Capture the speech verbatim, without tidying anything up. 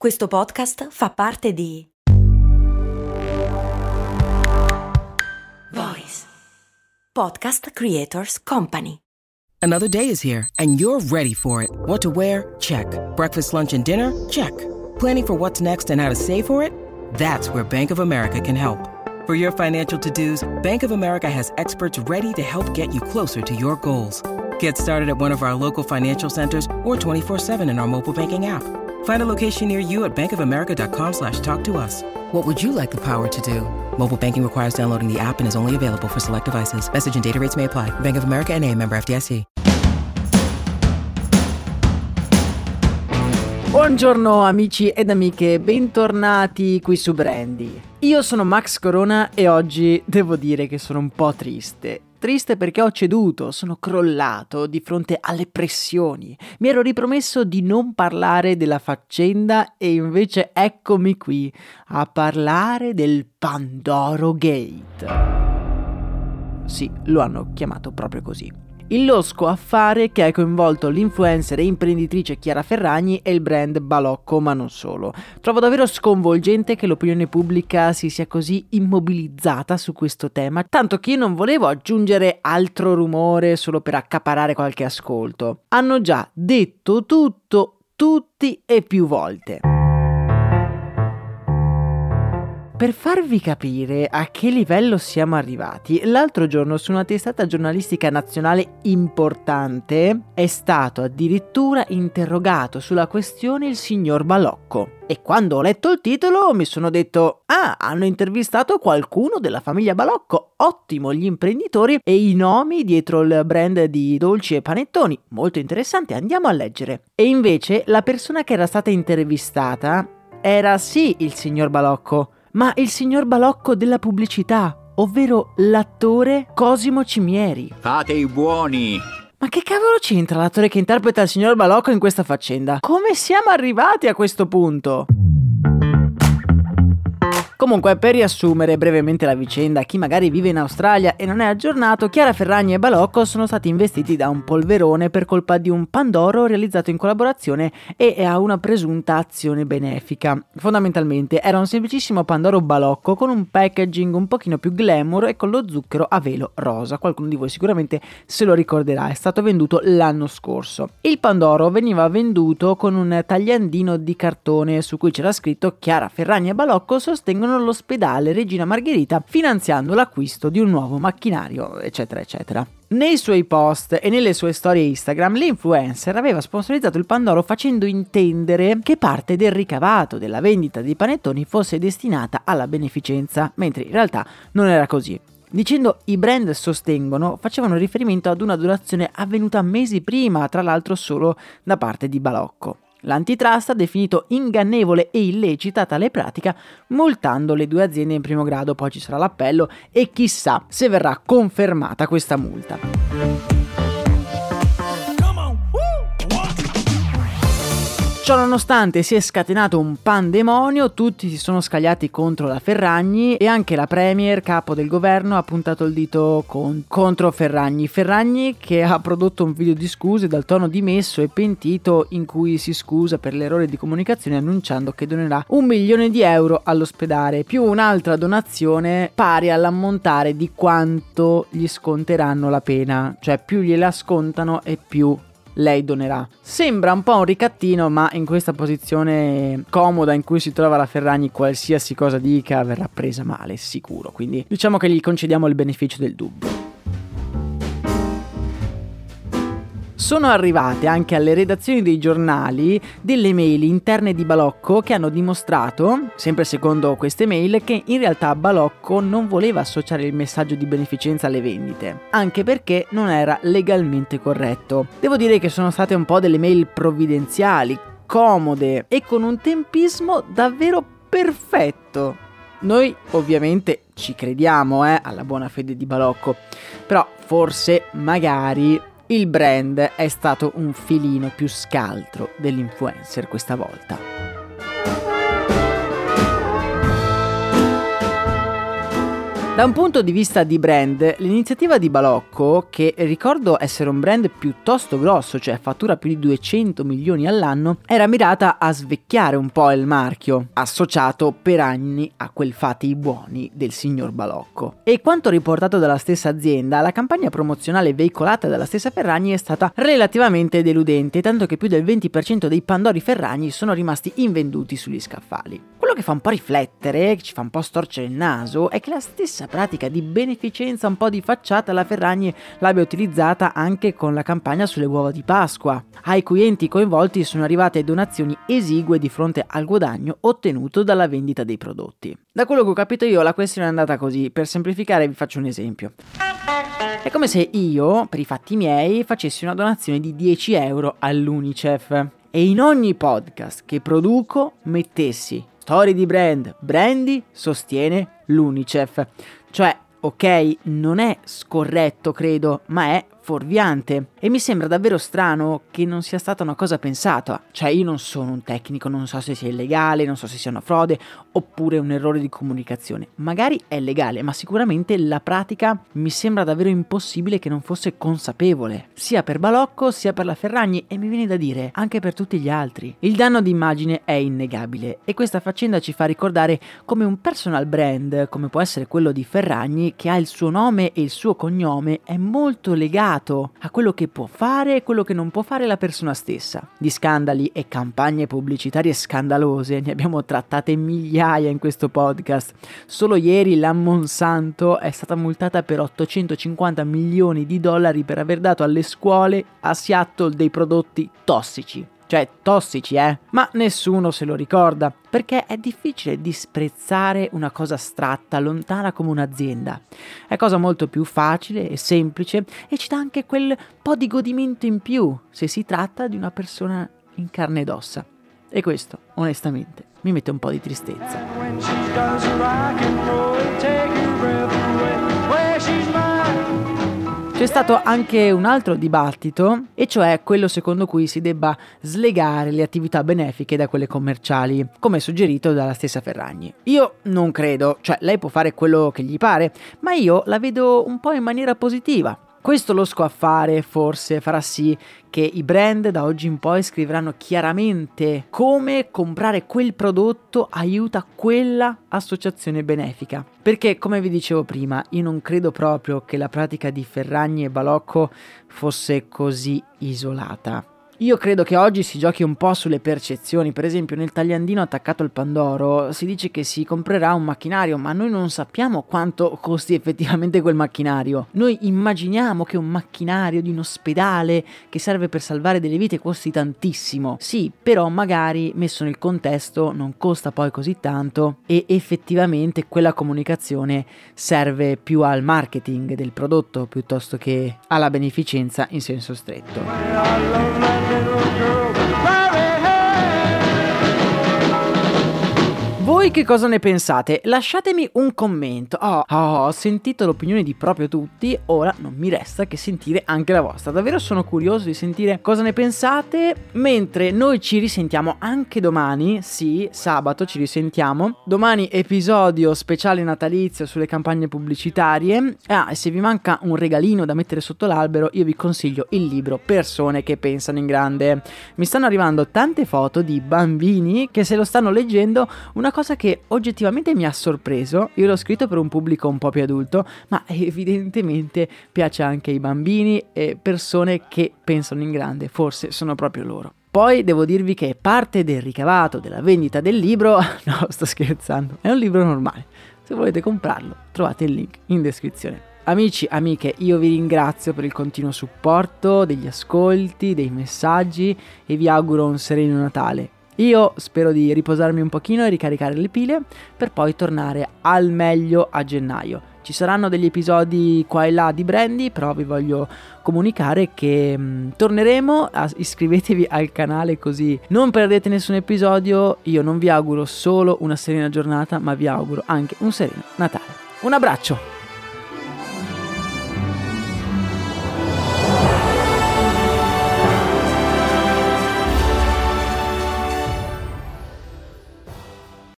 Questo podcast fa parte di Voice Podcast Creators Company. Another day is here, and you're ready for it. What to wear? Check. Breakfast, lunch, and dinner? Check. Planning for what's next and how to save for it? That's where Bank of America can help. For your financial to-dos, Bank of America has experts ready to help get you closer to your goals. Get started at one of our local financial centers or twenty-four seven in our mobile banking app. Find a location near you at bankofamerica.com slash talk to us. What would you like the power to do? Mobile banking requires downloading the app and is only available for select devices. Message and data rates may apply. Bank of America N A, member F D I C. Buongiorno amici ed amiche, bentornati qui su Brandy. Io sono Max Corona e oggi devo dire che sono un po' triste. Triste perché ho ceduto, sono crollato di fronte alle pressioni. Mi ero ripromesso di non parlare della faccenda e invece eccomi qui a parlare del Pandoro Gate. Sì, lo hanno chiamato proprio così. Il losco affare che ha coinvolto l'influencer e imprenditrice Chiara Ferragni e il brand Balocco, ma non solo. Trovo davvero sconvolgente che l'opinione pubblica si sia così immobilizzata su questo tema, tanto che io non volevo aggiungere altro rumore solo per accaparrare qualche ascolto. Hanno già detto tutto, tutti e più volte. Per farvi capire a che livello siamo arrivati, l'altro giorno su una testata giornalistica nazionale importante è stato addirittura interrogato sulla questione il signor Balocco. E quando ho letto il titolo mi sono detto: ah, hanno intervistato qualcuno della famiglia Balocco, ottimo, gli imprenditori e i nomi dietro il brand di dolci e panettoni, molto interessante, andiamo a leggere. E invece la persona che era stata intervistata era sì il signor Balocco, ma il signor Balocco della pubblicità, ovvero l'attore Cosimo Cimieri. Fate i buoni! Ma che cavolo c'entra l'attore che interpreta il signor Balocco in questa faccenda? Come siamo arrivati a questo punto? Comunque, per riassumere brevemente la vicenda, chi magari vive in Australia e non è aggiornato, Chiara Ferragni e Balocco sono stati investiti da un polverone per colpa di un Pandoro realizzato in collaborazione e a una presunta azione benefica. Fondamentalmente era un semplicissimo Pandoro Balocco con un packaging un pochino più glamour e con lo zucchero a velo rosa. Qualcuno di voi sicuramente se lo ricorderà, è stato venduto l'anno scorso. Il Pandoro veniva venduto con un tagliandino di cartone su cui c'era scritto: Chiara Ferragni e Balocco sostengono l'ospedale Regina Margherita finanziando l'acquisto di un nuovo macchinario, eccetera eccetera. Nei suoi post e nelle sue storie Instagram l'influencer aveva sponsorizzato il Pandoro facendo intendere che parte del ricavato della vendita dei panettoni fosse destinata alla beneficenza, mentre in realtà non era così. Dicendo i brand sostengono, facevano riferimento ad una donazione avvenuta mesi prima, tra l'altro solo da parte di Balocco. L'antitrust ha definito ingannevole e illecita tale pratica, multando le due aziende in primo grado. Poi ci sarà l'appello e chissà se verrà confermata questa multa. Ciononostante si è scatenato un pandemonio, tutti si sono scagliati contro la Ferragni e anche la premier, capo del governo, ha puntato il dito con, contro Ferragni. Ferragni che ha prodotto un video di scuse dal tono dimesso e pentito in cui si scusa per l'errore di comunicazione annunciando che donerà un milione di euro all'ospedale più un'altra donazione pari all'ammontare di quanto gli sconteranno la pena, cioè più gliela scontano e più lei donerà. Sembra un po' un ricattino, ma in questa posizione comoda in cui si trova la Ferragni qualsiasi cosa dica verrà presa male, sicuro, quindi diciamo che gli concediamo il beneficio del dubbio. Sono arrivate anche alle redazioni dei giornali delle mail interne di Balocco che hanno dimostrato, sempre secondo queste mail, che in realtà Balocco non voleva associare il messaggio di beneficenza alle vendite, anche perché non era legalmente corretto. Devo dire che sono state un po' delle mail provvidenziali, comode e con un tempismo davvero perfetto. Noi ovviamente ci crediamo eh, alla buona fede di Balocco, però forse magari il brand è stato un filino più scaltro dell'influencer questa volta. Da un punto di vista di brand, l'iniziativa di Balocco, che ricordo essere un brand piuttosto grosso, cioè fattura più di duecento milioni all'anno, era mirata a svecchiare un po' il marchio, associato per anni a quel fate i buoni del signor Balocco. E quanto riportato dalla stessa azienda, la campagna promozionale veicolata dalla stessa Ferragni è stata relativamente deludente, tanto che più del venti per cento dei Pandori Ferragni sono rimasti invenduti sugli scaffali. Quello che fa un po' riflettere, che ci fa un po' storcere il naso, è che la stessa pratica di beneficenza un po' di facciata la Ferragni l'abbia utilizzata anche con la campagna sulle uova di Pasqua, ai cui enti coinvolti sono arrivate donazioni esigue di fronte al guadagno ottenuto dalla vendita dei prodotti. Da quello che ho capito io la questione è andata così. Per semplificare vi faccio un esempio. È come se io, per i fatti miei, facessi una donazione di dieci euro all'Unicef e in ogni podcast che produco mettessi storie di brand, Brandy sostiene l'Unicef. Cioè, ok, non è scorretto credo, ma è fuorviante e mi sembra davvero strano che non sia stata una cosa pensata. Cioè, io non sono un tecnico, non so se sia illegale, non so se sia una frode oppure un errore di comunicazione. Magari è legale, ma sicuramente la pratica mi sembra davvero impossibile che non fosse consapevole, sia per Balocco sia per la Ferragni e mi viene da dire anche per tutti gli altri. Il danno d'immagine è innegabile e questa faccenda ci fa ricordare come un personal brand, come può essere quello di Ferragni, che ha il suo nome e il suo cognome, è molto legato a quello che può fare e quello che non può fare la persona stessa. Di scandali e campagne pubblicitarie scandalose ne abbiamo trattate migliaia in questo podcast. Solo ieri la Monsanto è stata multata per ottocentocinquanta milioni di dollari per aver dato alle scuole a Seattle dei prodotti tossici. Cioè tossici, eh? Ma nessuno se lo ricorda, perché è difficile disprezzare una cosa astratta, lontana come un'azienda. È cosa molto più facile e semplice e ci dà anche quel po' di godimento in più se si tratta di una persona in carne ed ossa. E questo, onestamente, mi mette un po' di tristezza. C'è stato anche un altro dibattito, e cioè quello secondo cui si debba slegare le attività benefiche da quelle commerciali, come suggerito dalla stessa Ferragni. Io non credo, cioè lei può fare quello che gli pare, ma io la vedo un po' in maniera positiva. Questo lo scoaffare forse farà sì che i brand da oggi in poi scriveranno chiaramente come comprare quel prodotto aiuta quella associazione benefica. Perché, come vi dicevo prima, io non credo proprio che la pratica di Ferragni e Balocco fosse così isolata. Io credo che oggi si giochi un po' sulle percezioni. Per esempio, nel tagliandino attaccato al Pandoro si dice che si comprerà un macchinario, ma noi non sappiamo quanto costi effettivamente quel macchinario. Noi immaginiamo che un macchinario di un ospedale che serve per salvare delle vite costi tantissimo. Sì, però magari messo nel contesto non costa poi così tanto e effettivamente quella comunicazione serve più al marketing del prodotto piuttosto che alla beneficenza in senso stretto. Voi che cosa ne pensate? Lasciatemi un commento. Oh, oh, ho sentito l'opinione di proprio tutti, ora non mi resta che sentire anche la vostra. Davvero sono curioso di sentire cosa ne pensate, mentre noi ci risentiamo anche domani, sì, sabato ci risentiamo. Domani episodio speciale natalizio sulle campagne pubblicitarie. Ah, e se vi manca un regalino da mettere sotto l'albero, io vi consiglio il libro Persone che pensano in grande. Mi stanno arrivando tante foto di bambini che se lo stanno leggendo, una cosa che oggettivamente mi ha sorpreso. Io l'ho scritto per un pubblico un po' più adulto, ma evidentemente piace anche ai bambini e persone che pensano in grande, forse sono proprio loro. Poi devo dirvi che parte del ricavato della vendita del libro, no, sto scherzando, è un libro normale. Se volete comprarlo trovate il link in descrizione. Amici, amiche, io vi ringrazio per il continuo supporto, degli ascolti, dei messaggi e vi auguro un sereno Natale. Io spero di riposarmi un pochino e ricaricare le pile per poi tornare al meglio a gennaio. Ci saranno degli episodi qua e là di Brandy, però vi voglio comunicare che mh, torneremo. A, iscrivetevi al canale così non perdete nessun episodio. Io non vi auguro solo una serena giornata, ma vi auguro anche un sereno Natale. Un abbraccio!